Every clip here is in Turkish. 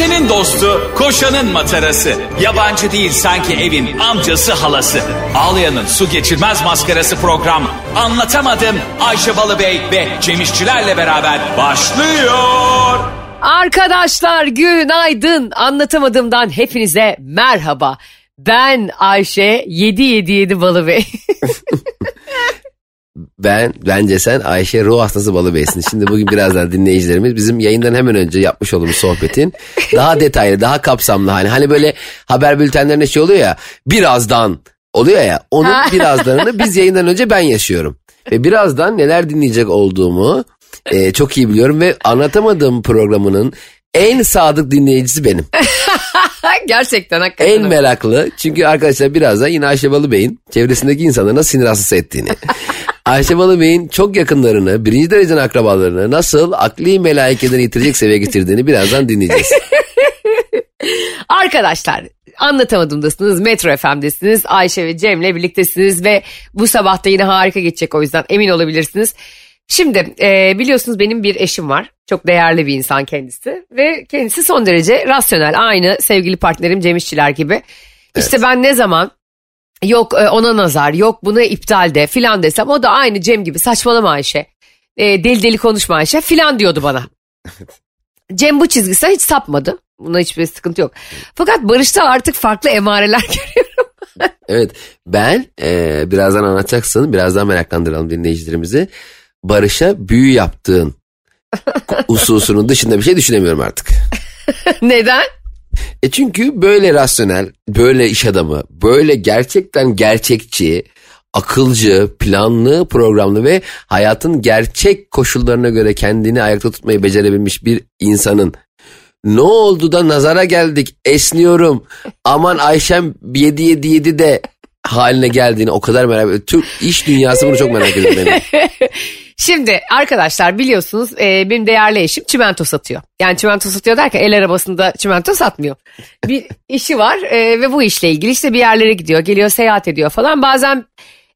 Ayşe'nin dostu, koşanın matarası. Yabancı değil sanki evin amcası halası. Ağlayan'ın su geçirmez maskarası program. Anlatamadım Ayşe Balıbey ve Cemişçilerle beraber başlıyor. Arkadaşlar günaydın. Anlatamadığımdan hepinize merhaba. Ben Ayşe 777 Balıbey. Bence sen Ayşe ruh hastası Balıbey'sin. Şimdi bugün birazdan dinleyicilerimiz bizim yayından hemen önce yapmış olduğumuz sohbetin daha detaylı, daha kapsamlı hani böyle haber bültenlerinde şey oluyor ya, birazdan oluyor ya, onun birazdanını biz yayından önce ben yaşıyorum. Ve birazdan neler dinleyecek olduğumu çok iyi biliyorum ve Anlatamadığım programının en sadık dinleyicisi benim. Gerçekten hakikaten. En meraklı, çünkü arkadaşlar birazdan yine Ayşe Balıbey'in çevresindeki insanları nasıl sinir hastası ettiğini, Ayşe Balıbey'in çok yakınlarını, birinci dereceden akrabalarını nasıl akli melaikeden yitirecek seviyeye getirdiğini birazdan dinleyeceğiz. Arkadaşlar Anlatamadığımdasınız, Metro FM'desiniz, Ayşe ve Cem'le birliktesiniz ve bu sabah da yine harika geçecek, o yüzden emin olabilirsiniz. Şimdi biliyorsunuz benim bir eşim var. Çok değerli bir insan kendisi ve kendisi son derece rasyonel. Aynı sevgili partnerim Cem İşçiler gibi. Evet. İşte ben ne zaman yok ona nazar, yok buna iptal de filan desem, o da aynı Cem gibi saçmalama Ayşe, deli deli konuşma Ayşe filan diyordu bana. Cem bu çizgisine hiç sapmadı. Buna hiçbir sıkıntı yok. Fakat Barış'ta artık farklı emareler görüyorum. Evet, ben birazdan anlatacaksın, birazdan meraklandıralım dinleyicilerimizi. Barış'a büyü yaptığın hususunun dışında bir şey düşünemiyorum artık. Neden? Çünkü böyle rasyonel, böyle iş adamı, böyle gerçekten gerçekçi, akılcı, planlı, programlı ve hayatın gerçek koşullarına göre kendini ayakta tutmayı becerebilmiş bir insanın ne oldu da nazara geldik, esniyorum, aman Ayşem 777 de haline geldiğini o kadar merak ediyorum. Türk iş dünyası bunu çok merak ediyor benim. Şimdi arkadaşlar biliyorsunuz benim değerli eşim çimento satıyor. Yani çimento satıyor derken el arabasında çimento satmıyor. Bir işi var ve bu işle ilgili işte bir yerlere gidiyor, geliyor, seyahat ediyor falan. Bazen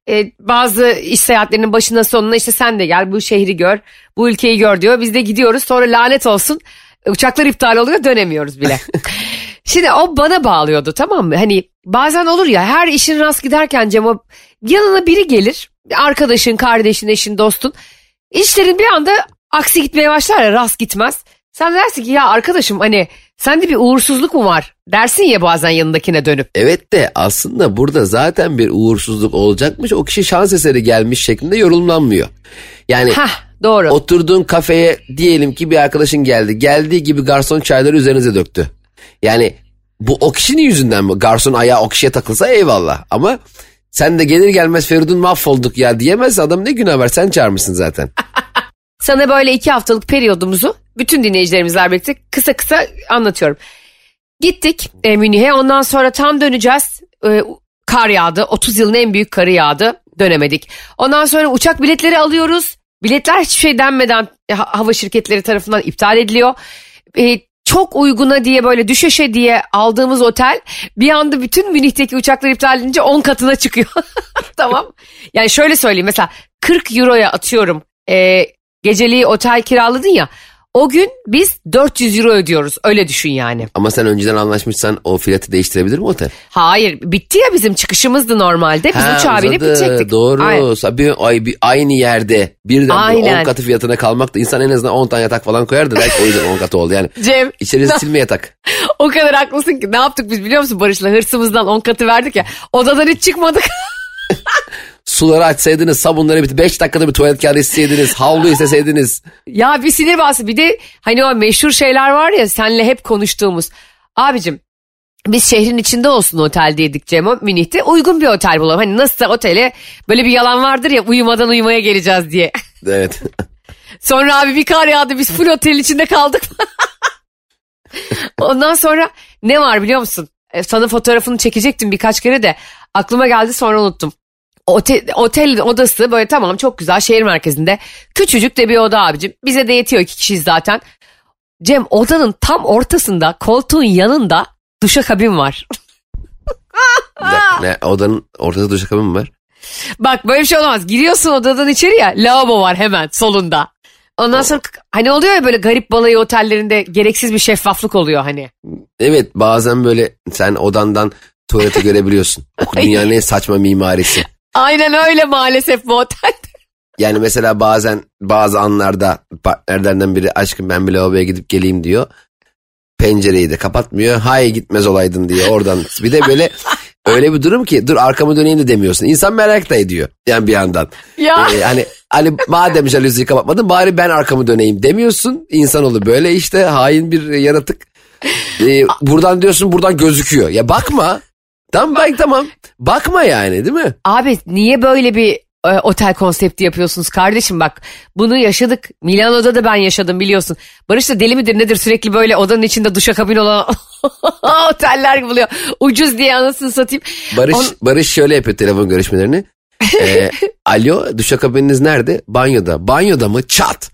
bazı iş seyahatlerinin başına sonuna işte sen de gel bu şehri gör, bu ülkeyi gör diyor. Biz de gidiyoruz, sonra lanet olsun uçaklar iptal oluyor, dönemiyoruz bile. Şimdi o bana bağlıyordu, tamam mı? Hani bazen olur ya, her işin rast giderken Cem, o yanına biri gelir. Arkadaşın, kardeşin, eşin, dostun. İşlerin bir anda aksi gitmeye başlar ya, rast gitmez. Sen dersin ki ya arkadaşım, hani sende bir uğursuzluk mu var dersin ya bazen yanındakine dönüp. Evet de aslında burada zaten bir uğursuzluk olacakmış. O kişi şans eseri gelmiş şeklinde yorumlanmıyor. Yani doğru. Oturduğun kafeye diyelim ki bir arkadaşın geldi. Geldiği gibi garson çayları üzerinize döktü. Yani bu o kişinin yüzünden mi? Garson ayağı o kişiye takılsa eyvallah. Ama sen de gelir gelmez Feridun mahvolduk ya diyemez, adam ne günah var, sen çağırmışsın zaten. Sana böyle 2 haftalık periyodumuzu bütün dinleyicilerimizle birlikte kısa kısa anlatıyorum. Gittik Münih'e, ondan sonra tam döneceğiz. Kar yağdı, 30 yılın en büyük karı yağdı, dönemedik. Ondan sonra uçak biletleri alıyoruz. Biletler hiçbir şey denmeden hava şirketleri tarafından iptal ediliyor. Çok uyguna diye böyle düşeşe diye aldığımız otel bir anda bütün Münih'teki uçaklar iptal edince 10 katına çıkıyor. Tamam. Yani şöyle söyleyeyim, mesela 40 euroya atıyorum geceliği otel kiraladın ya, o gün biz 400 euro ödüyoruz, öyle düşün yani. Ama sen önceden anlaşmışsan o fiyatı değiştirebilir mi otel? Hayır, bitti ya, bizim çıkışımızdı normalde, biz uçağa binip gidecektik. Doğru. Aynı yerde birden 10 katı fiyatına kalmak da insan en azından 10 tane yatak falan koyardı, belki o yüzden 10 katı oldu yani. Cem, İçerisi silme yatak. O kadar haklısın ki, ne yaptık biz biliyor musun Barış'la, hırsımızdan 10 katı verdik ya, odadan hiç çıkmadık. Suları açsaydınız, sabunları 5 dakikada bir tuvalet kağıdı isteseydiniz, havlu isteseydiniz. Ya bir sinir bastı, bir de hani o meşhur şeyler var ya seninle hep konuştuğumuz. Abicim biz şehrin içinde olsun otel dedik Cem, Münih'te uygun bir otel bulalım. Hani nasılsa otele böyle bir yalan vardır ya, uyumadan uyumaya geleceğiz diye. Evet. Sonra abi bir kar yağdı, biz full otelin içinde kaldık. Ondan sonra ne var biliyor musun? Sana fotoğrafını çekecektim birkaç kere de aklıma geldi, sonra unuttum. Otel odası böyle, tamam, çok güzel, şehir merkezinde küçücük de bir oda abicim, bize de yetiyor, 2 kişiyiz zaten. Cem, odanın tam ortasında koltuğun yanında duşakabin var. Ne, odanın ortasında duşakabin mi var? Bak böyle bir şey olamaz, giriyorsun odadan içeri ya, lavabo var hemen solunda. Ondan sonra hani oluyor ya böyle garip balayı otellerinde gereksiz bir şeffaflık oluyor hani. Evet, bazen böyle sen odandan tuvaleti görebiliyorsun. Dünyanın en saçma mimarisi. Aynen öyle maalesef bu otel. Yani mesela bazen bazı anlarda partnerlerden biri aşkım ben bir lavaboya gidip geleyim diyor. Pencereyi de kapatmıyor. Hay gitmez olaydın diye oradan. Bir de böyle öyle bir durum ki dur arkamı döneyim de demiyorsun. İnsan merak da ediyor yani bir yandan. Ya. Hani madem jalüziyi kapatmadın bari ben arkamı döneyim demiyorsun. İnsanoğlu böyle işte hain bir yaratık. Buradan diyorsun buradan gözüküyor. Ya bakma. Tamam. Bakma yani değil mi? Abi niye böyle bir otel konsepti yapıyorsunuz kardeşim bak. Bunu yaşadık. Milano'da da ben yaşadım biliyorsun. Barış da deli midir nedir sürekli böyle odanın içinde duşakabin olan oteller buluyor. Ucuz diye anasını satayım. Barış şöyle yapıyor telefon görüşmelerini. Alo duşakabininiz nerede? Banyoda. Banyoda mı? Çat.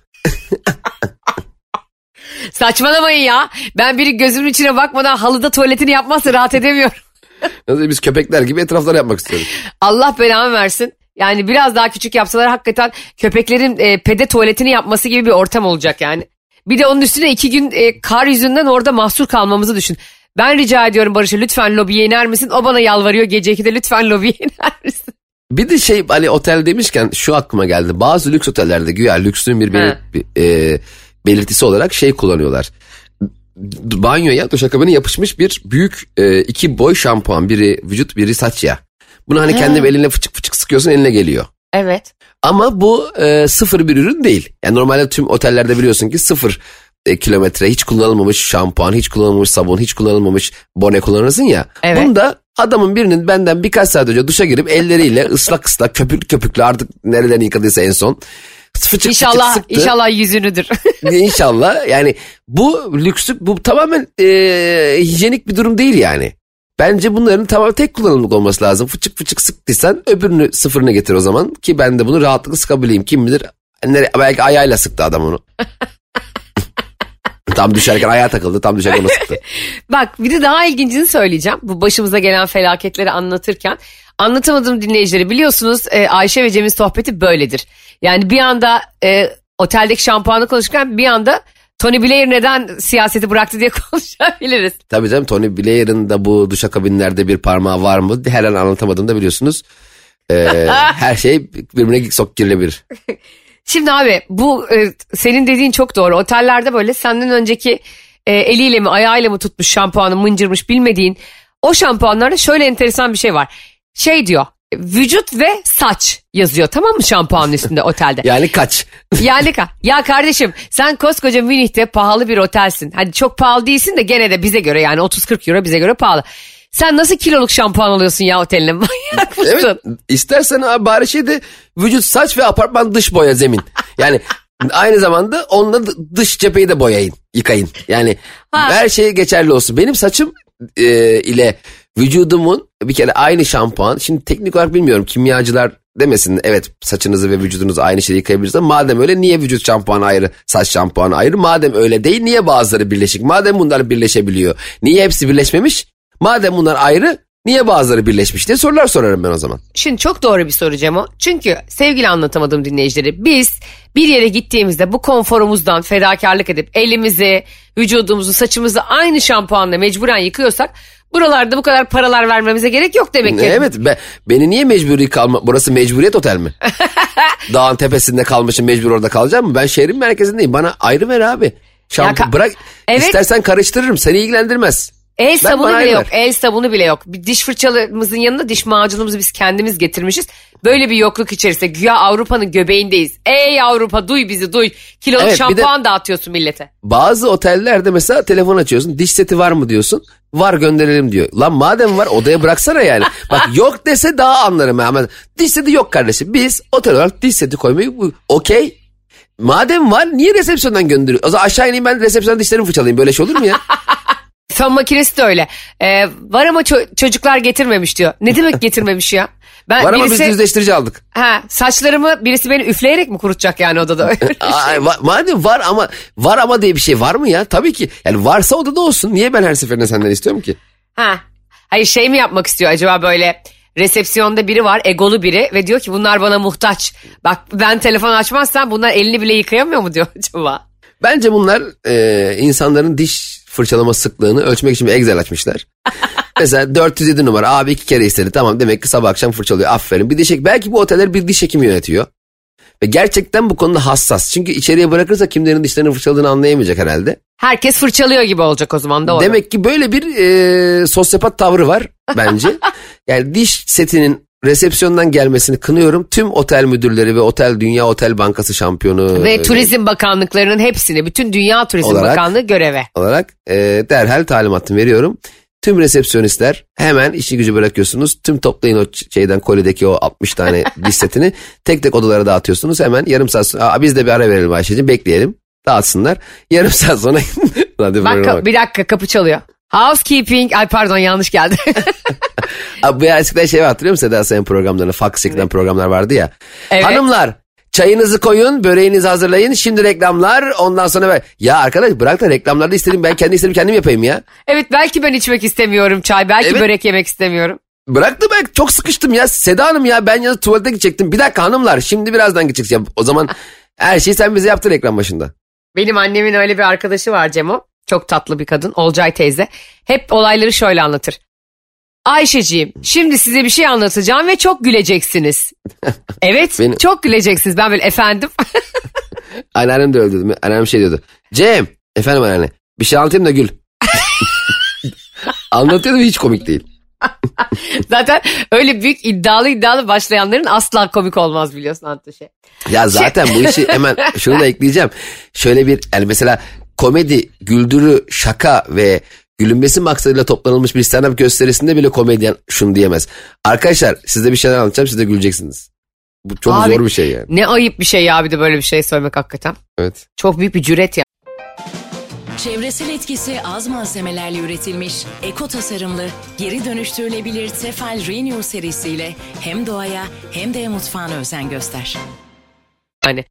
Saçmalamayın ya. Ben biri gözümün içine bakmadan halıda tuvaletini yapmazsa rahat edemiyorum. Biz köpekler gibi etraflar yapmak istiyoruz. Allah belamı versin. Yani biraz daha küçük yapsalar hakikaten köpeklerin pede tuvaletini yapması gibi bir ortam olacak yani. Bir de onun üstüne 2 gün kar yüzünden orada mahsur kalmamızı düşün. Ben rica ediyorum Barış'a lütfen lobiye iner misin? O bana yalvarıyor gece 2'de lütfen lobiye iner misin? Bir de hani otel demişken şu aklıma geldi. Bazı lüks otellerde güya lüksün bir belirtisi olarak kullanıyorlar. Banyoya duşakabine yapışmış bir büyük 2 boy şampuan. Biri vücut biri saç yağı. Bunu hani kendi elinle fıçık fıçık sıkıyorsun eline geliyor. Evet. Ama bu sıfır bir ürün değil. Yani normalde tüm otellerde biliyorsun ki 0 kilometre hiç kullanılmamış şampuan, hiç kullanılmamış sabun, hiç kullanılmamış bone kullanırsın ya. Evet. Bunda adamın birinin benden birkaç saat önce duşa girip elleriyle ıslak köpüklü artık nerelerini yıkadıysa en son. Fıçık İnşallah yüzünüdür. İnşallah yani bu lükslük bu tamamen hijyenik bir durum değil yani. Bence bunların tamamen tek kullanımlık olması lazım. Fıçık fıçık sıktıysan öbürünü sıfırına getir o zaman. Ki ben de bunu rahatlıkla sıkabileyim. Kim bilir belki ayağıyla sıktı adam onu. Tam düşerken ayağa takıldı. Tam düşerken onu sıktı. Bak bir de daha ilgincini söyleyeceğim. Bu başımıza gelen felaketleri anlatırken. Anlatamadığım dinleyicileri biliyorsunuz Ayşe ve Cem'in sohbeti böyledir. Yani bir anda oteldeki şampuanı konuşurken bir anda Tony Blair neden siyaseti bıraktı diye konuşabiliriz. Tabii canım Tony Blair'ın da bu duşakabinlerde bir parmağı var mı? Her an anlatamadığımda biliyorsunuz. Her şey birbirine girilebilir. Şimdi abi bu senin dediğin çok doğru. Otellerde böyle senden önceki eliyle mi ayağıyla mı tutmuş şampuanı mıncırmış bilmediğin o şampuanlarda şöyle enteresan bir şey var. Diyor vücut ve saç yazıyor tamam mı şampuanın üstünde otelde. Yani kaç? Ya kardeşim sen koskoca Münih'te pahalı bir otelsin. Hadi çok pahalı değilsin de gene de bize göre yani 30-40 euro bize göre pahalı. Sen nasıl kiloluk şampuan alıyorsun ya oteline? Manyak mısın? Evet istersen abi bari de vücut saç ve apartman dış boya zemin. Yani aynı zamanda onunla dış cepheyi de yıkayın. Yani her şey geçerli olsun. Benim saçım ile vücudumun bir kere aynı şampuan. Şimdi teknik olarak bilmiyorum kimyacılar demesin. Evet saçınızı ve vücudunuzu aynı şeyle yıkayabilirsiniz ama madem öyle niye vücut şampuanı ayrı, saç şampuanı ayrı? Madem öyle değil niye bazıları birleşik? Madem bunlar birleşebiliyor niye hepsi birleşmemiş? Madem bunlar ayrı niye bazıları birleşmiş diye sorular sorarım ben o zaman. Şimdi çok doğru bir soru Cemo. Çünkü sevgili anlatamadığım dinleyicileri biz bir yere gittiğimizde bu konforumuzdan fedakarlık edip elimizi, vücudumuzu, saçımızı aynı şampuanla mecburen yıkıyorsak buralarda bu kadar paralar vermemize gerek yok demek ki. Evet beni niye mecburi burası mecburiyet otel mi? Dağın tepesinde kalmışım mecbur orada kalacağım mı? Ben şehrin merkezindeyim bana ayrı ver abi. Bırak evet. İstersen karıştırırım seni ilgilendirmez. El sabunu bile yok. Bir diş fırçamızın yanında diş macunumuzu biz kendimiz getirmişiz. Böyle bir yokluk içerisinde güya Avrupa'nın göbeğindeyiz. Ey Avrupa duy bizi duy. Kiloluk şampuan dağıtıyorsun millete. Bazı otellerde mesela telefon açıyorsun. Diş seti var mı diyorsun. Var gönderelim diyor. Lan madem var odaya bıraksana yani. Bak yok dese daha anlarım ama diş seti yok kardeşim. Biz otel olarak diş seti koymayı okey. Madem var niye resepsiyondan gönderiyor? O zaman aşağı ineyim ben resepsiyondan dişlerimi fırçalayayım. Böyle şey olur mu ya? Fön makinesi de öyle. Var ama çocuklar getirmemiş diyor. Ne demek getirmemiş ya? Var ama biz yüzleştirici aldık. Saçlarımı birisi beni üfleyerek mi kurutacak yani odada? Öyle madem var ama diye bir şey var mı ya? Tabii ki. Yani varsa odada olsun. Niye ben her seferinde senden istiyorum ki? Hayır mi yapmak istiyor acaba böyle resepsiyonda biri var, egolu biri ve diyor ki bunlar bana muhtaç. Bak ben telefon açmazsam bunlar elini bile yıkayamıyor mu diyor acaba? Bence bunlar insanların diş fırçalama sıklığını ölçmek için bir Excel açmışlar. Mesela 407 numara abi 2 kere istedi, tamam, demek ki sabah akşam fırçalıyor, aferin. Bir diş belki bu oteller bir diş hekimi yönetiyor. Ve gerçekten bu konuda hassas. Çünkü içeriye bırakırsa kimlerin dişlerini fırçaladığını anlayamayacak herhalde. Herkes fırçalıyor gibi olacak o zaman da. Demek ki böyle bir sosyopat tavrı var bence. Yani diş setinin resepsiyondan gelmesini kınıyorum. Tüm otel müdürleri ve Dünya Otel Bankası şampiyonu. Ve Turizm Bakanlıklarının hepsini, bütün Dünya Turizm Bakanlığı göreve. Olarak derhal talimatımı veriyorum. Tüm resepsiyonistler hemen işi gücü bırakıyorsunuz. Tüm toplayın o kolideki o 60 tane diş setini. Tek tek odalara dağıtıyorsunuz. Hemen yarım saat sonra biz de bir ara verelim Ayşe'ciğim, bekleyelim. Dağıtsınlar. Yarım saat sonra. Bak bir dakika, kapı çalıyor. Housekeeping. Ay pardon, yanlış geldi. Bu eskiden hatırlıyor musun Seda Sayan programlarını? Fax çekilen programlar vardı ya. Evet. Hanımlar çayınızı koyun, böreğinizi hazırlayın. Şimdi reklamlar, ondan sonra ya arkadaş bırak da reklamlarda istedim, ben kendi istediğimi kendim yapayım ya. Evet, belki ben içmek istemiyorum çay, belki börek yemek istemiyorum. Bırak da ben çok sıkıştım ya Seda Hanım ya, ben ya tuvalete gidecektim. Bir dakika hanımlar, şimdi birazdan gideceğiz ya. O zaman her şeyi sen bize yaptın ekran başında. Benim annemin öyle bir arkadaşı var Cemo. Çok tatlı bir kadın, Olcay teyze. Hep olayları şöyle anlatır. Ayşeciğim, şimdi size bir şey anlatacağım ve çok güleceksiniz. Evet, çok güleceksiniz. Ben böyle efendim. Anneannem de öyle dedi. Anneannem şey diyordu. Cem, efendim anneanne, bir şey anlatayım da gül. Anlatıyordu ve hiç komik değil. Zaten öyle büyük iddialı başlayanların asla komik olmaz, biliyorsun anlattığı şey. Ya zaten bu işi hemen şunu da ekleyeceğim. Şöyle bir mesela komedi, güldürü, şaka ve gülünmesi maksadıyla toplanılmış bir stand-up gösterisinde bile komedyen şunu diyemez. Arkadaşlar size bir şeyler anlatacağım, siz de güleceksiniz. Bu çok zor bir şey yani. Ne ayıp bir şey ya, bir de böyle bir şey söylemek hakikaten. Evet. Çok büyük bir cüret ya. Çevresel etkisi az malzemelerle üretilmiş, eko tasarımlı, geri dönüştürülebilir Tefal Renew serisiyle hem doğaya hem de mutfağına özen göster. Yani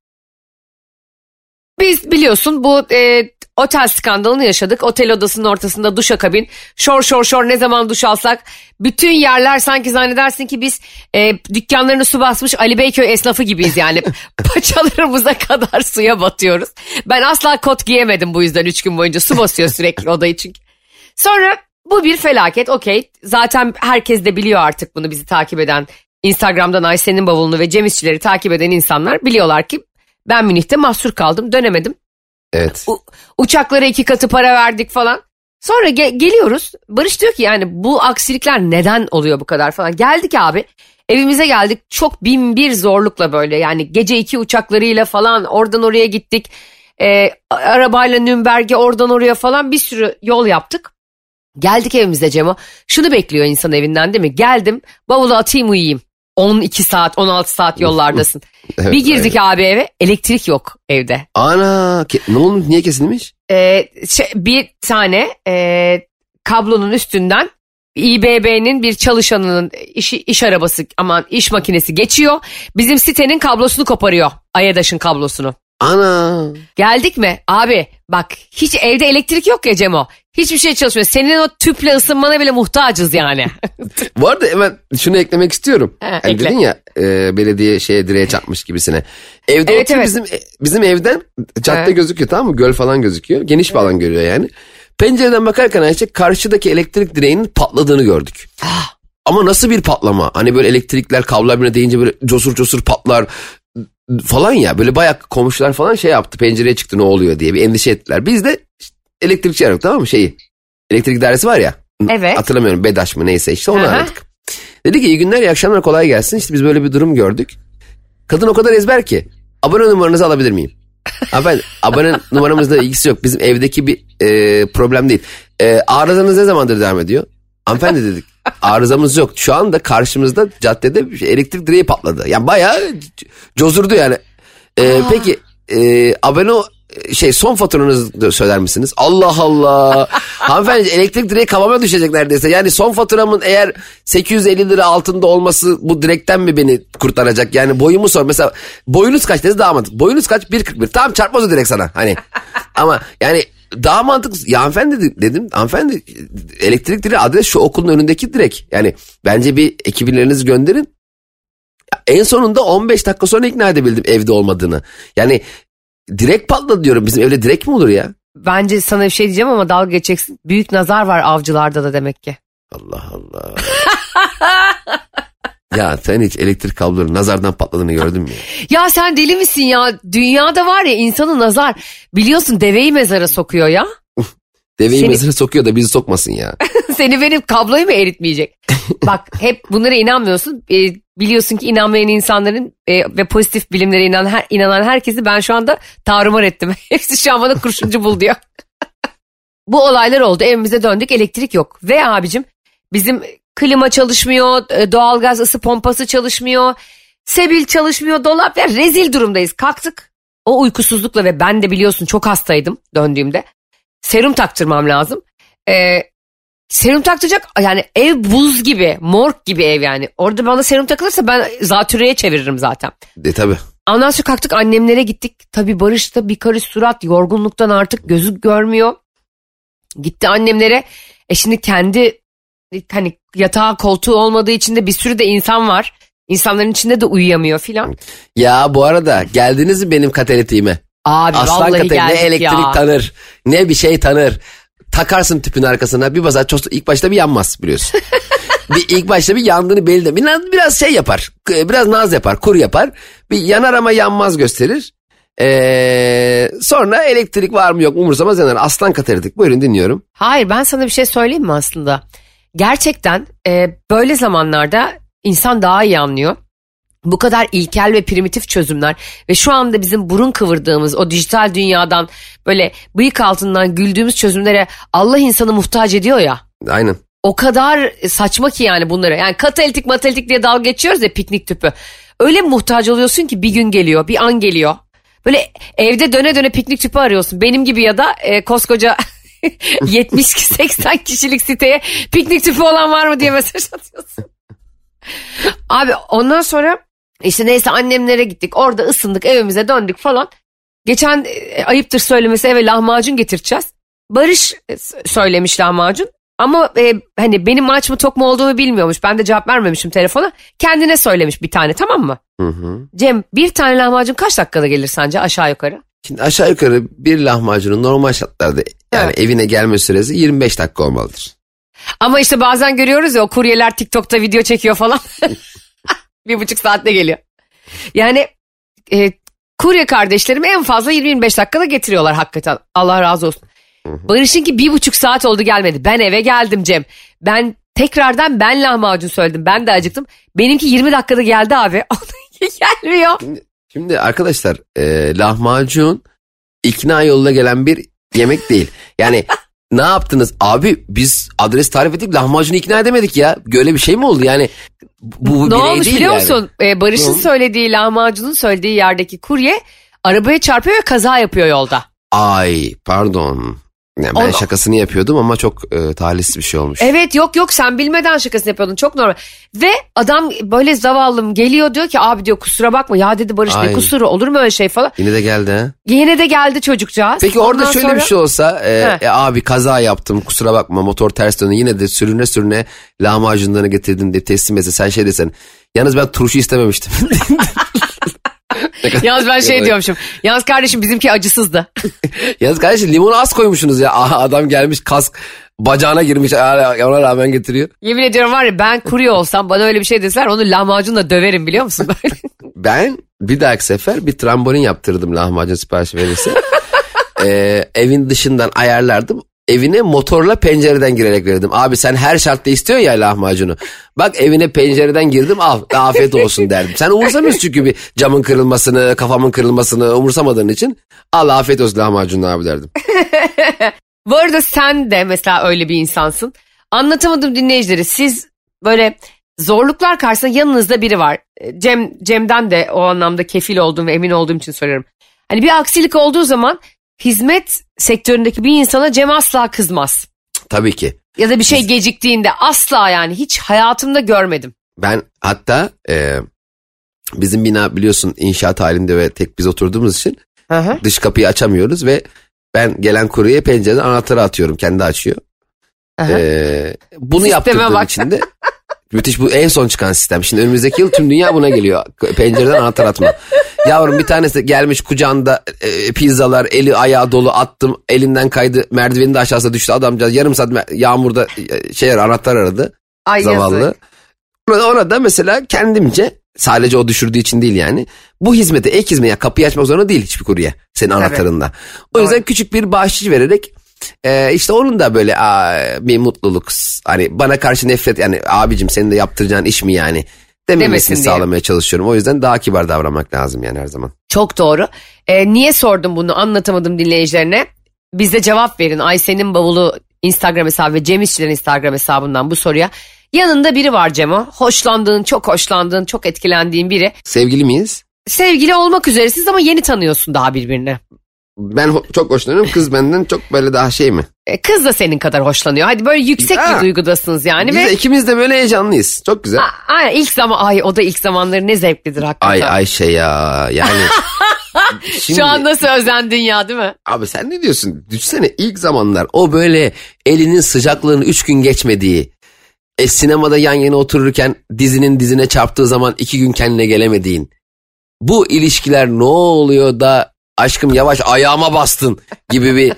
biz biliyorsun bu otel skandalını yaşadık. Otel odasının ortasında duşakabin. Şor ne zaman duş alsak bütün yerler sanki zannedersin ki biz dükkanlarını su basmış Ali Beyköy esnafı gibiyiz yani. Paçalarımıza kadar suya batıyoruz. Ben asla kot giyemedim bu yüzden 3 gün boyunca. Su basıyor sürekli odayı çünkü. Sonra bu bir felaket, okey. Zaten herkes de biliyor artık bunu, bizi takip eden, Instagram'dan Ayşe'nin bavulunu ve Cem İşçileri takip eden insanlar biliyorlar ki ben Münih'te mahsur kaldım, dönemedim. Evet. Uçaklara 2 katı para verdik falan. Sonra geliyoruz. Barış diyor ki yani bu aksilikler neden oluyor bu kadar falan. Geldik abi. Evimize geldik. Çok bin bir zorlukla böyle. Yani gece 2 uçaklarıyla falan oradan oraya gittik. Arabayla Nürnberg'e, oradan oraya falan bir sürü yol yaptık. Geldik evimize Cemo. Şunu bekliyor insan evinden, değil mi? Geldim, bavulu atayım, uyuyayım. 12 saat 16 saat yollardasın. Evet, bir girdik abi eve, elektrik yok evde. Ana ne olmuş, niye kesilmiş? Bir tane kablonun üstünden İBB'nin bir çalışanının iş arabası, iş makinesi geçiyor. Bizim sitenin kablosunu koparıyor, Ayadaş'ın kablosunu. Ana. Geldik mi abi, bak hiç evde elektrik yok ya Cemo. Hiçbir şey çalışmıyor. Senin o tüple ısınmana bile muhtacız yani. Bu arada hemen şunu eklemek istiyorum. Ekle. Dedin ya belediye direğe çarpmış gibisine. Evde evet. Bizim evden cadde gözüküyor, tamam mı? Göl falan gözüküyor. Geniş bir alan görüyor yani. Pencereden bakarken Ayşe karşıdaki elektrik direğinin patladığını gördük. Ama nasıl bir patlama? Hani böyle elektrikler kablolar birbirine değince böyle cosur patlar falan ya. Böyle bayağı komşular falan yaptı. Pencereye çıktı, ne oluyor diye bir endişe ettiler. Biz de elektrikçi aradık, tamam mı? Elektrik dairesi var ya. Evet. Hatırlamıyorum, BEDAŞ mı neyse işte onu aradık. Dedi ki iyi günler, iyi akşamlar, kolay gelsin. İşte biz böyle bir durum gördük. Kadın o kadar ezber ki abone numaranızı alabilir miyim? Abi abone numaramızla ilgisi yok. Bizim evdeki bir problem değil. Arızanız ne zamandır devam ediyor? Hanımefendi dedik. Arızamız yok. Şu anda karşımızda caddede elektrik direği patladı. Yani bayağı cozurdu yani. Peki abone son faturanızı söyler misiniz? Allah Allah. Hanımefendi elektrik direği kafama düşecek neredeyse. Yani son faturamın eğer 850 lira altında olması bu direkten mi beni kurtaracak? Yani boyumu sor. Mesela boyunuz kaç dedi, damat. Boyunuz kaç? 1.41. Tamam, çarpmaz o direkt sana. Hani ama yani daha mantıklı. Ya hanımefendi dedim. Hanımefendi elektrik direği adres şu okulun önündeki direk. Yani bence bir ekiplerinizi gönderin. En sonunda 15 dakika sonra ikna edebildim evde olmadığını. Yani direk patladı diyorum. Bizim evde direk mi olur ya? Bence sana bir şey diyeceğim ama dalga geçeceksin. Büyük nazar var avcılarda da demek ki. Allah Allah. Ya sen hiç elektrik kabloları nazardan patladığını gördün mü? Ya sen deli misin ya? Dünyada var ya insanı nazar. Biliyorsun deveyi mezara sokuyor ya. Deveyi mezara sokuyor da bizi sokmasın ya. Seni benim kabloyu mu eritmeyecek? Bak hep bunlara inanmıyorsun. Biliyorsun ki inanmayan insanların ve pozitif bilimlere inanan herkesi ben şu anda tarumar ettim. Hepsi şu an bana kurşuncu bul diyor. Bu olaylar oldu. Evimize döndük. Elektrik yok. Ve abicim bizim klima çalışmıyor. Doğalgaz ısı pompası çalışmıyor. Sebil çalışmıyor. Dolap. Ya rezil durumdayız. Kalktık. O uykusuzlukla ve ben de biliyorsun çok hastaydım döndüğümde. Serum taktırmam lazım. Serum taktıracak yani ev buz gibi, morg gibi ev yani. Orada bana serum takılırsa ben zatürreye çeviririm zaten. Tabii. Ondan sonra kalktık annemlere gittik. Tabii Barış'ta bir karış surat yorgunluktan artık gözü görmüyor. Gitti annemlere. Şimdi kendi hani yatağı koltuğu olmadığı için de bir sürü de insan var. İnsanların içinde de uyuyamıyor filan. Ya bu arada geldiniz mi benim katalitiğime? Abi Aslan vallahi katali geldik ne elektrik ya. tanır ne bir şey tanır. Takarsın tüpün arkasına bir basar ilk başta bir yanmaz biliyorsun. İlk başta bir yandığını belli de biraz şey yapar. Biraz naz yapar, kur yapar. Bir yanar ama yanmaz gösterir. Sonra elektrik var mı yok umursamaz yanar. Aslan kateritik. Buyurun dinliyorum. Hayır ben sana bir şey söyleyeyim mi aslında? Gerçekten böyle zamanlarda insan daha iyi anlıyor. Bu kadar ilkel ve primitif çözümler ve şu anda bizim burun kıvırdığımız o dijital dünyadan böyle bıyık altından güldüğümüz çözümlere Allah insanı muhtaç ediyor ya. Aynen. O kadar saçma ki yani bunları. Yani katalitik matalitik diye dalga geçiyoruz ya piknik tüpü. Öyle muhtaç oluyorsun ki bir gün geliyor, bir an geliyor. Böyle evde döne döne piknik tüpü arıyorsun. Benim gibi ya da koskoca 70-80 kişilik siteye piknik tüpü olan var mı diye mesaj atıyorsun. Abi ondan sonra işte neyse annemlere gittik. Orada ısındık, evimize döndük falan. Geçen ayıptır söylemesi eve lahmacun getireceğiz. Barış söylemiş lahmacun. Ama hani benim aç mı tok mu olduğumu bilmiyormuş. Ben de cevap vermemişim telefona. Kendine söylemiş bir tane, tamam mı? Hı. Cem, bir tane lahmacun kaç dakikada gelir sence aşağı yukarı? Şimdi aşağı yukarı bir lahmacunun normal şartlarda yani Evet. evine gelme süresi 25 dakika olmalıdır. Ama işte bazen görüyoruz ya o kuryeler TikTok'ta video çekiyor falan. 1,5 saatte geliyor. Yani kurye kardeşlerim en fazla 20-25 dakikada getiriyorlar hakikaten. Allah razı olsun. Barış'ınki 1,5 saat oldu gelmedi. Ben eve geldim Cem. Ben tekrardan lahmacun söyledim. Ben de acıktım. Benimki 20 dakikada geldi abi. Onunki gelmiyor. Şimdi arkadaşlar lahmacun ikna yoluyla gelen bir yemek değil. Yani ne yaptınız? Abi biz adres tarif ettik lahmacunu ikna edemedik ya. Böyle bir şey mi oldu yani? Bu ne birey olmuş değil biliyor yani. musun? Barış'ın söylediği lahmacunun söylediği yerdeki kurye arabaya çarpıyor ve kaza yapıyor yolda. Ay pardon. Yani ben şakasını yapıyordum ama çok talihsiz bir şey olmuş. Evet yok sen bilmeden şakasını yapıyordun, çok normal. Ve adam böyle zavallım geliyor diyor ki abi diyor kusura bakma ya dedi Barış ne kusuru olur mu öyle şey falan. Yine de geldi ha. Yine de geldi çocukcağız. Peki orada Ondan şöyle sonra... bir şey olsa abi kaza yaptım kusura bakma motor ters döndü yine de sürüne lahmacunlarını getirdin diye teslim etse sen şey desen. Yalnız ben turşu istememiştim. Yalnız ben şey diyormuşum. Yalnız kardeşim bizimki acısızdı. Yalnız kardeşim limonu az koymuşsunuz ya. Aha, adam gelmiş kask bacağına girmiş ona rağmen getiriyor. Yemin ediyorum var ya ben kurye olsam bana öyle bir şey deseler onu lahmacunla döverim biliyor musun böyle? Ben bir dahaki sefer bir trambolin yaptırdım lahmacun siparişi verirse. Evin dışından ayarlardım. Evine motorla pencereden girerek verirdim. Abi sen her şartta istiyorsun ya lahmacunu. Bak evine pencereden girdim al afiyet olsun derdim. Sen umursamıyorsun çünkü bir camın kırılmasını kafamın kırılmasını umursamadığın için. Al afiyet olsun lahmacunu abi derdim. Bu arada sen de mesela öyle bir insansın. Anlatamadım dinleyicileri, siz böyle zorluklar karşısında yanınızda biri var. Cem'den de o anlamda kefil olduğum ve emin olduğum için soruyorum. Hani bir aksilik olduğu zaman hizmet sektöründeki bir insana Cem asla kızmaz. Tabii ki. Ya da bir şey geciktiğinde asla, yani hiç hayatımda görmedim. Ben hatta bizim bina biliyorsun inşaat halinde ve tek biz oturduğumuz için dış kapıyı açamıyoruz ve Ben gelen kuryeye pencereden anahtarı atıyorum. Kendi açıyor. Bunu Sisteme yaptırdığım bak. için de müthiş, bu en son çıkan sistem. Şimdi önümüzdeki yıl tüm dünya buna geliyor. Pencereden anahtar atma. Yavrum bir tanesi gelmiş kucağında pizzalar, eli ayağı dolu, attım. Elinden kaydı, merdivenin de aşağısına düştü. Adamcağız yarım saat yağmurda anahtar aradı. Ay Zavallı. yazık. Ona da mesela kendimce, sadece o düşürdüğü için değil yani, bu hizmete, ek hizmete, yani kapıyı açmak zorunda değil hiçbir kurye senin anahtarında. O yüzden küçük bir bahşiş vererek işte onun da böyle bir mutluluk, hani bana karşı nefret, yani abicim senin de yaptıracağın iş mi yani dememesini sağlamaya çalışıyorum. O yüzden daha kibar davranmak lazım yani her zaman. Çok doğru. Niye sordum bunu, anlatamadım dinleyicilerine. Bize cevap verin. Ayşe'nin bavulu Instagram hesabı ve Cem İşçilerin Instagram hesabından bu soruya. Yanında biri var Cemo. Hoşlandığın, çok etkilendiğin biri. Sevgili miyiz? Sevgili olmak üzeresiniz ama yeni tanıyorsun daha birbirini. Ben çok hoşlanıyorum. Kız benden çok böyle daha şey mi? Kız da senin kadar hoşlanıyor. Hadi böyle yüksek bir duygudasınız yani. Biz de ikimiz de böyle heyecanlıyız. Çok güzel. Aynen, ilk zaman, o da ilk zamanları ne zevklidir hakikaten. Ay Ayşe ya yani. Şimdi, şu an nasıl özendin ya, değil mi? Abi sen ne diyorsun? Düşünsene ilk zamanlar o böyle elinin sıcaklığının 3 gün geçmediği, sinemada yan yana otururken dizinin dizine çarptığı zaman 2 gün kendine gelemediğin. Bu ilişkiler ne oluyor da aşkım yavaş ayağıma bastın gibi bir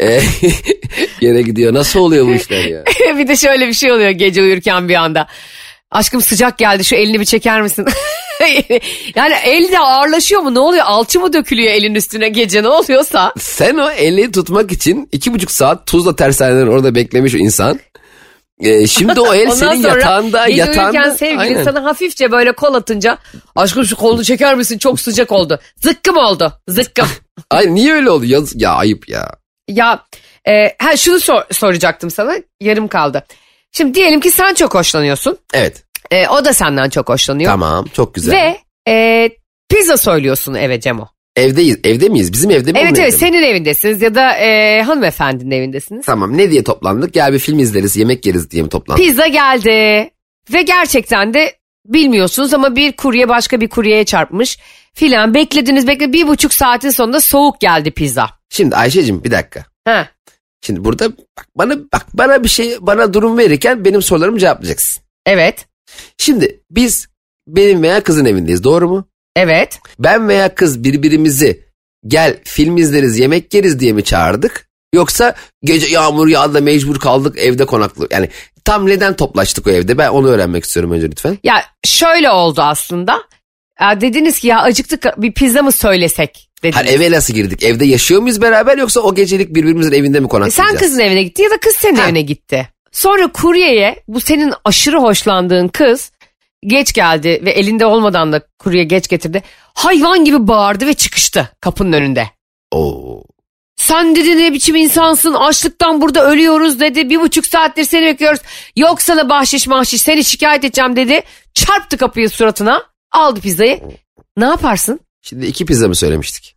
yere gidiyor. Nasıl oluyor bu işler ya? Bir de şöyle bir şey oluyor gece uyurken bir anda. Aşkım sıcak geldi, şu elini bir çeker misin? Yani el de ağırlaşıyor mu? Ne oluyor? Alçı mı dökülüyor elin üstüne gece, ne oluyorsa? Sen o eli tutmak için 2,5 saat Tuzla tersaneden orada beklemiş o insan. Şimdi o el senin yatağında. Gece uyurken sevgilin sana hafifçe böyle kol atınca, aşkım şu kolunu çeker misin? Çok sıcak oldu. Zıkkım oldu. Zıkkım. Ay niye öyle oldu? Ya ayıp ya. Ya şunu soracaktım sana. Yarım kaldı. Şimdi diyelim ki sen çok hoşlanıyorsun. Evet. O da senden çok hoşlanıyor. Tamam, çok güzel. Ve pizza söylüyorsun eve Cemo. Evdeyiz. Evde miyiz? Bizim evde mi? Evet senin evindesiniz ya da hanımefendinin evindesiniz. Tamam, ne diye toplandık? Gel bir film izleriz, yemek yeriz diye mi toplandık? Pizza geldi ve gerçekten de bilmiyorsunuz ama bir kurye başka bir kuryeye çarpmış filan. Beklediniz 1,5 saatin sonunda soğuk geldi pizza. Şimdi Ayşe'cim bir dakika. Ha. Şimdi burada bana bir şey, bana durum verirken benim sorularımı cevaplayacaksın. Evet. Şimdi biz benim veya kızın evindeyiz, doğru mu? Evet. Ben veya kız birbirimizi gel film izleriz, yemek yeriz diye mi çağırdık? Yoksa gece yağmur yağdı da mecbur kaldık evde konaklı. Yani tam neden toplaştık o evde? Ben onu öğrenmek istiyorum önce lütfen. Ya şöyle oldu aslında. Dediniz ki ya acıktık, bir pizza mı söylesek dediniz. Hani eve nasıl girdik? Evde yaşıyor muyuz beraber yoksa o gecelik birbirimizin evinde mi konaklayacağız? Sen kızın evine gitti ya da kız senin evine gitti. Sonra kuryeye, bu senin aşırı hoşlandığın kız geç geldi ve elinde olmadan da kurye geç getirdi. Hayvan gibi bağırdı ve çıkıştı kapının önünde. Oo. Sen dedi ne biçim insansın, açlıktan burada ölüyoruz dedi. 1,5 saattir seni bekliyoruz. Yok sana bahşiş seni şikayet edeceğim dedi. Çarptı kapıyı suratına, aldı pizzayı. Ne yaparsın? Şimdi 2 pizza mı söylemiştik?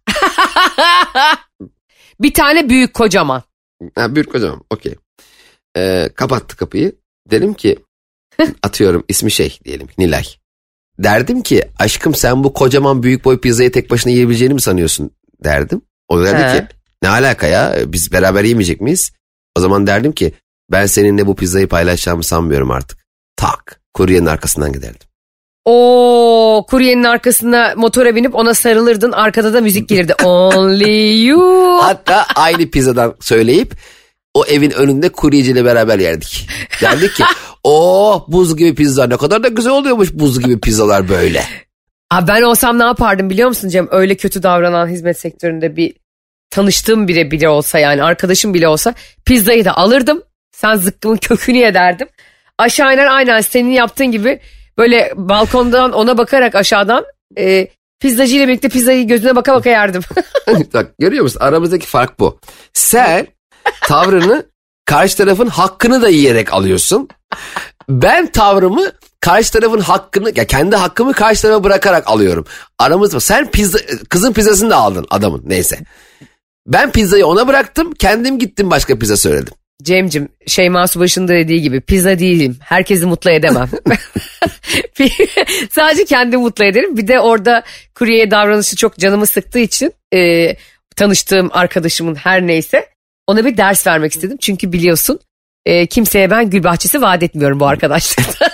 Bir tane büyük kocaman. Ha, büyük kocaman, okey. Kapattı kapıyı. Dedim ki atıyorum ismi diyelim Nilay. Derdim ki aşkım sen bu kocaman büyük boy pizzayı tek başına yiyebileceğini mi sanıyorsun derdim. O da derdi ki ne alaka ya, biz beraber yemeyecek miyiz? O zaman derdim ki ben seninle bu pizzayı paylaşacağımı sanmıyorum artık. Tak, kuryenin arkasından giderdim. O kuryenin arkasına motora binip ona sarılırdın, arkada da müzik gelirdi. Only you. Hatta aynı pizzadan söyleyip o evin önünde kuryeciyle beraber yerdik. Derdik ki buz gibi pizza, ne kadar da güzel oluyormuş buz gibi pizzalar böyle. Abi ben olsam ne yapardım biliyor musun Cem? Öyle kötü davranan hizmet sektöründe bir tanıştığım biri olsa, yani arkadaşım bile olsa, pizzayı da alırdım. Sen zıkkımın kökünü yederdim. Aşağı iner aynen senin yaptığın gibi böyle balkondan ona bakarak aşağıdan pizzacıyla birlikte pizzayı gözüne baka baka yerdim. Bak görüyor musun, aramızdaki fark bu. Sen tavrını karşı tarafın hakkını da yiyerek alıyorsun. Ben tavrımı karşı tarafın hakkını, ya kendi hakkımı karşı tarafa bırakarak alıyorum. Aramızda sen kızın pizzasını da aldın adamın, neyse. Ben pizzayı ona bıraktım, kendim gittim başka pizza söyledim. Cem'cim Şeyma Subaşı'nın dediği gibi pizza değilim. Herkesi mutlu edemem. Sadece kendimi mutlu ederim. Bir de orada kuryeye davranışı çok canımı sıktığı için tanıştığım arkadaşımın her neyse ona bir ders vermek istedim. Çünkü biliyorsun kimseye ben gül bahçesi vaat etmiyorum bu arkadaşlarla.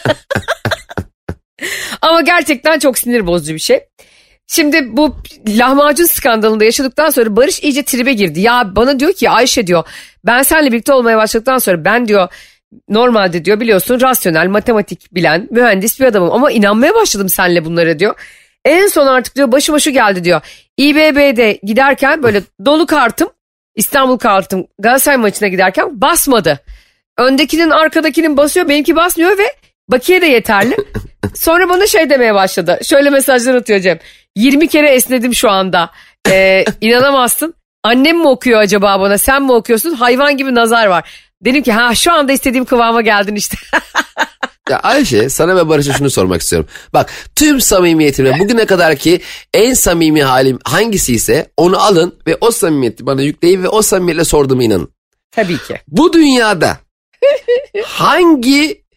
Ama gerçekten çok sinir bozucu bir şey. Şimdi bu lahmacun skandalında yaşadıktan sonra Barış iyice tribe girdi. Ya bana diyor ki Ayşe diyor ben seninle birlikte olmaya başladıktan sonra ben diyor normalde diyor biliyorsun rasyonel matematik bilen mühendis bir adamım ama inanmaya başladım seninle bunlara diyor. En son artık diyor başıma şu geldi diyor. İBB'de giderken böyle dolu kartım İstanbul kartım Galatasaray maçına giderken basmadı. Öndekinin arkadakinin basıyor benimki basmıyor ve bakiye de yeterli. Sonra bana şey demeye başladı. Şöyle mesajlar atıyor Cem. 20 kere esnedim şu anda. İnanamazsın. Annem mi okuyor acaba bana? Sen mi okuyorsun? Hayvan gibi nazar var. Dedim ki şu anda istediğim kıvama geldin işte. Ya Ayşe sana ve Barış'a şunu sormak istiyorum. Bak tüm samimiyetimle bugüne kadarki en samimi halim hangisi ise onu alın ve o samimiyeti bana yükleyin ve o samimiyetle sorduğuma inanın. Tabii ki. Bu dünyada hangi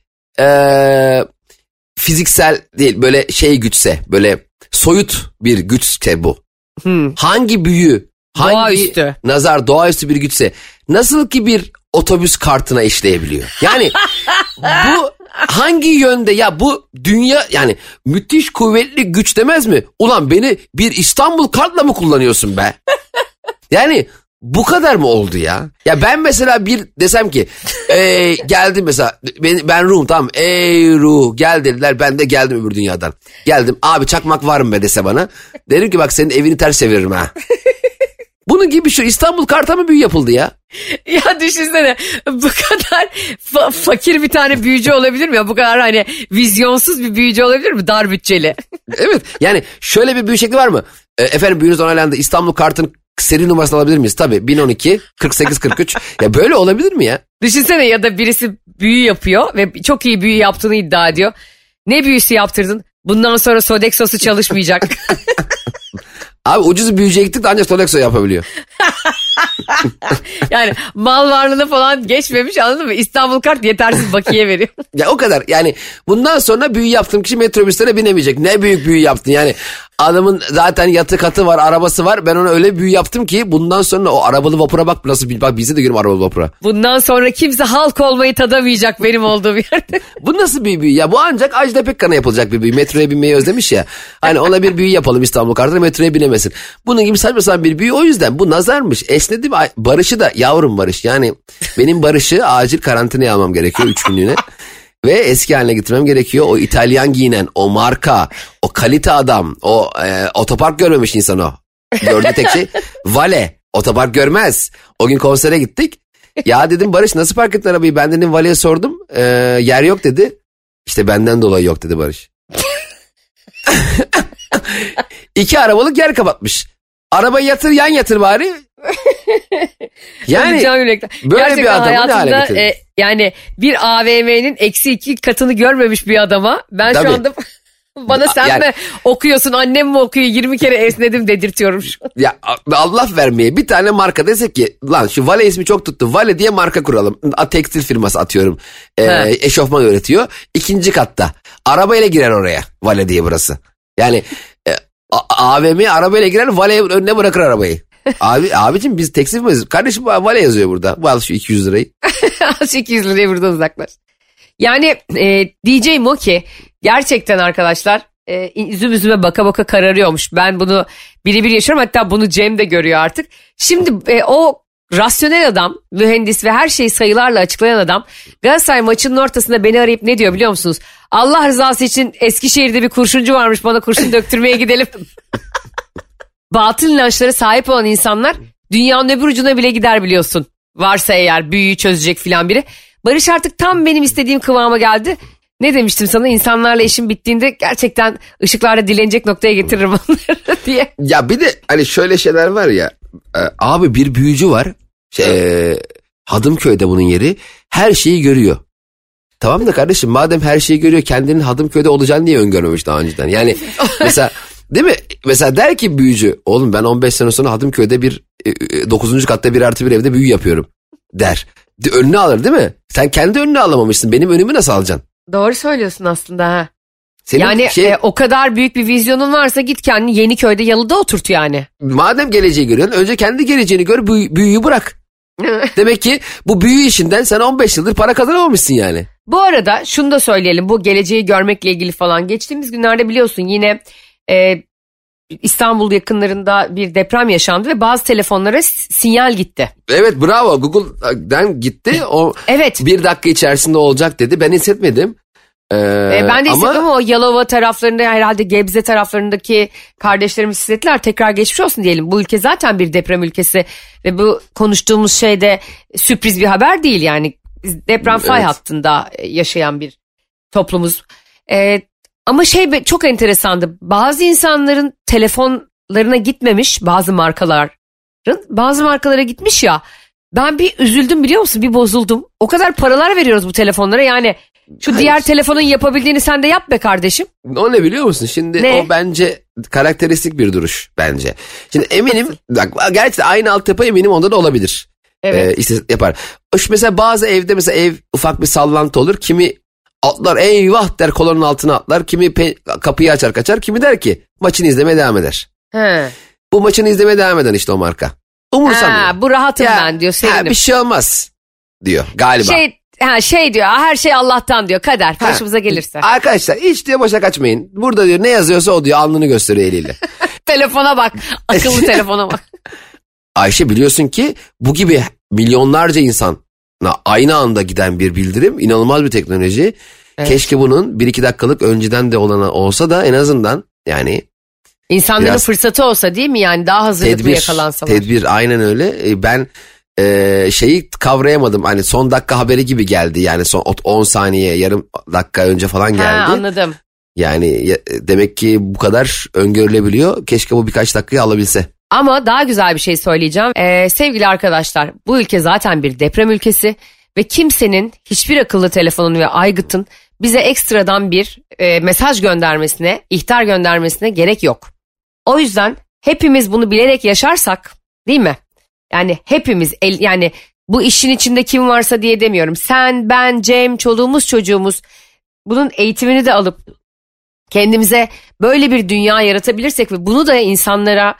fiziksel değil böyle şey güçse böyle soyut bir güçse bu. Hangi büyü, hangi doğaüstü. nazar doğaüstü bir güçse nasıl ki bir otobüs kartına işleyebiliyor? Yani bu hangi yönde ya bu dünya yani müthiş kuvvetli güç demez mi? Ulan beni bir İstanbul kartla mı kullanıyorsun be? Yani bu kadar mı oldu ya? Ya ben mesela bir desem ki geldim mesela ben ruhum tamam ey ruh gel dediler ben de geldim öbür dünyadan. Geldim abi çakmak var mı be dese bana. Derim ki bak senin evini ters çeviririm ha. Bunun gibi şu İstanbul karta mı büyü yapıldı ya? Ya düşünsene bu kadar fakir bir tane büyücü olabilir mi ya? Bu kadar hani vizyonsuz bir büyücü olabilir mi? Dar bütçeli. Evet yani şöyle bir büyü şekli var mı? Efendim büyünüz onaylandı İstanbul kartının seri numarasını alabilir miyiz? Tabii 1012 48 43 ya böyle olabilir mi ya? Düşünsene ya da birisi büyü yapıyor ve çok iyi büyü yaptığını iddia ediyor. Ne büyüsü yaptırdın? Bundan sonra Sodexo'su çalışmayacak. Abi ucuz büyücüye gittik de ancak Sodexo yapabiliyor. Yani mal varlığına falan geçmemiş anladın mı? İstanbul kart yetersiz bakiye veriyor. Ya o kadar yani bundan sonra büyü yaptığım kişi metrobüslere binemeyecek. Ne büyük büyü yaptın yani. Adamın zaten yatı katı var arabası var. Ben ona öyle büyü yaptım ki bundan sonra o arabalı vapura bak nasıl bak bize de görüm arabalı vapura. Bundan sonra kimse halk olmayı tadamayacak benim olduğum yerde. Bu nasıl bir büyü ya bu ancak Ajda Pekkan'a yapılacak bir büyü. Metroya binmeyi özlemiş ya. Hani ona bir büyü yapalım İstanbul kartına metroya binemesin. Bunun gibi saçma sapan bir büyü o yüzden bu nazarmış. Esnedi mi Barış'ı da yavrum Barış yani benim Barış'ı acil karantinaya almam gerekiyor 3 günlüğüne. Ve eski haline getirmem gerekiyor. O İtalyan giyinen, o marka, o kalite adam, o otopark görmemiş insan o. Gördüğü tek şey vale. Otopark görmez. O gün konsere gittik. Ya dedim Barış nasıl park ettin arabayı? Ben dedim valeye sordum. Yer yok dedi. İşte benden dolayı yok dedi Barış. 2 arabalık yer kapatmış. Arabayı yan yatır bari. Yani böyle gerçekten bir adamı ne hale getirdin? Yani bir AVM'nin -2 katını görmemiş bir adama ben tabii. Şu anda bana sen yani, mi okuyorsun annem mi okuyor 20 kere esnedim dedirtiyorum şu. Ya Allah vermeye bir tane marka desek ki lan şu Vale ismi çok tuttu Vale diye marka kuralım. Tekstil firması atıyorum eşofman üretiyor 2. katta arabayla girer oraya Vale diye burası. Yani AVM'ye arabayla girer Vale'ye önüne bırakır arabayı. Abicim biz tekstil firması kardeşim Vale yazıyor burada. Al şu 200 lirayı. Al şu 200 lirayı buradan uzaklaş. Yani diyeceğim o ki gerçekten arkadaşlar üzüm üzüme baka baka kararıyormuş. Ben bunu birebir yaşıyorum hatta bunu Cem de görüyor artık. Şimdi o rasyonel adam, mühendis ve her şeyi sayılarla açıklayan adam Galatasaray maçının ortasında beni arayıp ne diyor biliyor musunuz? Allah rızası için Eskişehir'de bir kurşuncu varmış bana kurşun döktürmeye gidelim. Batıl inançlara sahip olan insanlar dünyanın öbür ucuna bile gider biliyorsun. Varsa eğer büyüyü çözecek filan biri. Barış artık tam benim istediğim kıvama geldi. Ne demiştim sana insanlarla işim bittiğinde gerçekten ışıklarda dilenecek noktaya getiririm onları diye. Ya bir de hani şöyle şeyler var ya abi bir büyücü var Hadımköy'de bunun yeri her şeyi görüyor. Tamam da kardeşim madem her şeyi görüyor kendinin Hadımköy'de olacağını niye öngörmemiş daha önceden? Yani mesela değil mi? Mesela der ki büyücü oğlum ben 15 sene sonra Hadımköy'de bir 9. katta 1+1 evde büyü yapıyorum der. Önünü alır değil mi? Sen kendi önünü alamamışsın benim önümü nasıl alacaksın? Doğru söylüyorsun aslında ha. Senin Yani o kadar büyük bir vizyonun varsa git kendini Yeniköy'de yalıda oturt yani. Madem geleceği görüyorsun önce kendi geleceğini gör, büyüyü bırak. Demek ki bu büyü işinden sen 15 yıldır para kazanamamışsın yani. Bu arada şunu da söyleyelim, bu geleceği görmekle ilgili falan. Geçtiğimiz günlerde biliyorsun yine İstanbul yakınlarında bir deprem yaşandı ve bazı telefonlara sinyal gitti. Evet, bravo, Google'dan gitti. O evet. 1 dakika içerisinde olacak dedi. Ben hissetmedim. Ben de hissettim ama o Yalova taraflarında, herhalde Gebze taraflarındaki kardeşlerimiz hissettiler. Tekrar geçmiş olsun diyelim. Bu ülke zaten bir deprem ülkesi ve bu konuştuğumuz şey de sürpriz bir haber değil yani. Biz deprem fay hattında yaşayan bir toplumuz. Ama çok enteresandı. Bazı insanların telefonlarına gitmemiş, bazı markalara gitmiş ya. Ben bir üzüldüm, biliyor musun? Bir bozuldum. O kadar paralar veriyoruz bu telefonlara yani. Şu diğer telefonun yapabildiğini sen de yap be kardeşim. O ne biliyor musun? Şimdi o bence karakteristik bir duruş bence. Şimdi eminim gerçekten aynı altyapı eminim onda da olabilir. Evet. Yapar. Mesela bazı evde mesela ev ufak bir sallantı olur. Kimi atlar eyvah der, kolonun altına atlar. Kimi kapıyı açar kaçar. Kimi der ki maçını izlemeye devam eder. Bu maçını izlemeye devam eden işte o marka. Umursamıyor. Bu rahatım ben diyor. Bir şey olmaz diyor galiba. Diyor, her şey Allah'tan diyor, kader başımıza gelirse. Arkadaşlar hiç diyor boşa kaçmayın. Burada diyor ne yazıyorsa o diyor, alnını gösteriyor eliyle. Telefona bak, akıllı telefona bak. Ayşe, biliyorsun ki bu gibi milyonlarca insana aynı anda giden bir bildirim inanılmaz bir teknoloji. Evet. Keşke bunun 1-2 dakikalık önceden de olsa da en azından yani. İnsanların fırsatı olsa değil mi yani, daha hazırlıklı yakalansalar. Tedbir, aynen öyle. Ben şeyi kavrayamadım, hani son dakika haberi gibi geldi yani, son 10 saniye yarım dakika önce falan geldi. Anladım. Yani demek ki bu kadar öngörülebiliyor, keşke bu birkaç dakikayı alabilse. Ama daha güzel bir şey söyleyeceğim. Sevgili arkadaşlar, bu ülke zaten bir deprem ülkesi ve kimsenin hiçbir akıllı telefonun ve aygıtın bize ekstradan bir mesaj göndermesine, ihtar göndermesine gerek yok. O yüzden hepimiz bunu bilerek yaşarsak, değil mi? Yani hepimiz yani bu işin içinde kim varsa diye demiyorum. Sen, ben, Cem, çoluğumuz, çocuğumuz bunun eğitimini de alıp kendimize böyle bir dünya yaratabilirsek ve bunu da insanlara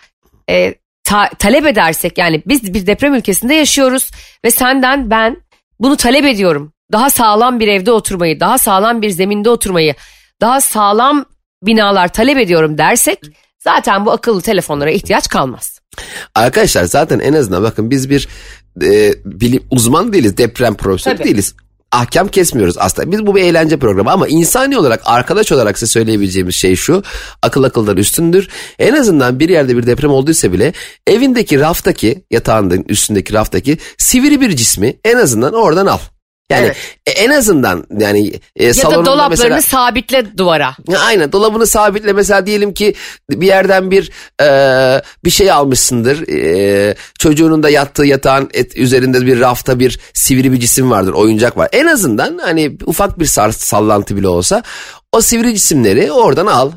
talep edersek, yani biz bir deprem ülkesinde yaşıyoruz ve senden ben bunu talep ediyorum. Daha sağlam bir evde oturmayı, daha sağlam bir zeminde oturmayı, daha sağlam binalar talep ediyorum dersek zaten bu akıllı telefonlara ihtiyaç kalmaz. Arkadaşlar zaten en azından bakın, biz bir bilim uzman değiliz, deprem profesörü değiliz. Ahkam kesmiyoruz aslında. Biz bu bir eğlence programı ama insani olarak, arkadaş olarak size söyleyebileceğimiz şey şu: akıl akıldan üstündür. En azından bir yerde bir deprem olduysa bile evindeki raftaki, yatağının üstündeki raftaki sivri bir cismi en azından oradan al. Yani en azından yani ya da dolaplarını mesela, sabitle duvara. Aynen, dolabını sabitle mesela, diyelim ki bir yerden bir şey almışsındır. Çocuğunun da yattığı yatağın üzerinde bir rafta bir sivri bir cisim vardır, oyuncak var. En azından hani ufak bir sallantı bile olsa o sivri cisimleri oradan al.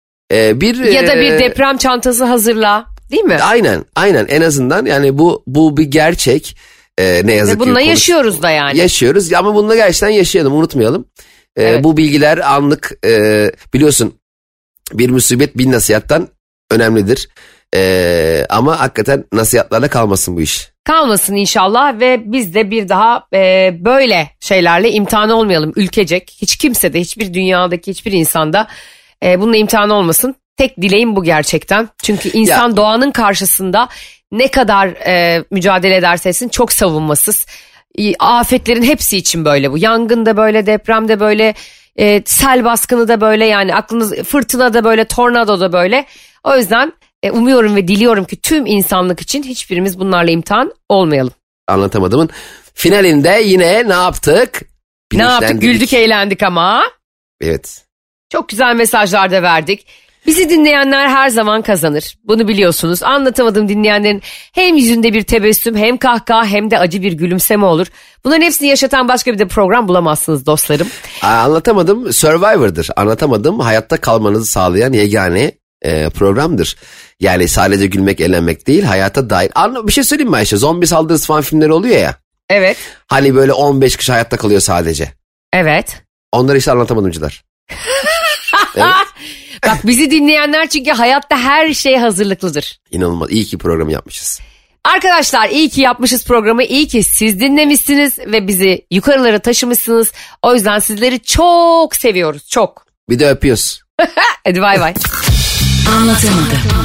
Ya da bir deprem çantası hazırla, değil mi? Aynen en azından yani bu bir gerçek. Ne yazık ki. Bununla yaşıyoruz da yani. Yaşıyoruz ama bununla gerçekten yaşayalım, unutmayalım. Bu bilgiler anlık, biliyorsun bir musibet 1000 nasihattan önemlidir. Ama hakikaten nasihatlarla kalmasın bu iş. Kalmasın inşallah ve biz de bir daha böyle şeylerle imtihan olmayalım ülkecek. Hiç kimse de, hiçbir dünyadaki hiçbir insanda bununla imtihan olmasın. Tek dileğim bu gerçekten. Çünkü insan doğanın karşısında ne kadar mücadele ederse etsin çok savunmasız. Afetlerin hepsi için böyle bu. Yangın da böyle, deprem de böyle, sel baskını da böyle, yani aklınız, fırtına da böyle, tornado da böyle. O yüzden umuyorum ve diliyorum ki tüm insanlık için hiçbirimiz bunlarla imtihan olmayalım. Anlatamadımın finalinde yine ne yaptık? Ne yaptık? Güldük, eğlendik ama. Evet. Çok güzel mesajlar da verdik. Bizi dinleyenler her zaman kazanır. Bunu biliyorsunuz. Anlatamadım dinleyenlerin hem yüzünde bir tebessüm, hem kahkaha, hem de acı bir gülümseme olur. Bunların hepsini yaşatan başka bir de program bulamazsınız dostlarım. Anlatamadım Survivor'dır. Anlatamadım hayatta kalmanızı sağlayan yegane programdır. Yani sadece gülmek, eğlenmek değil, hayata dair. Bir şey söyleyeyim mi Ayşe? Zombi saldırısı falan filmleri oluyor ya. Evet. Hani böyle 15 kişi hayatta kalıyor sadece. Evet. Onlar işte anlatamadımcılar. Evet. Bak bizi dinleyenler çünkü hayatta her şeye hazırlıklıdır. İnanılmaz. İyi ki programı yapmışız. Arkadaşlar iyi ki yapmışız programı. İyi ki siz dinlemişsiniz ve bizi yukarılara taşımışsınız. O yüzden sizleri çok seviyoruz. Çok. Bir de öpüyoruz. Hadi bay bay. Anlatamadım.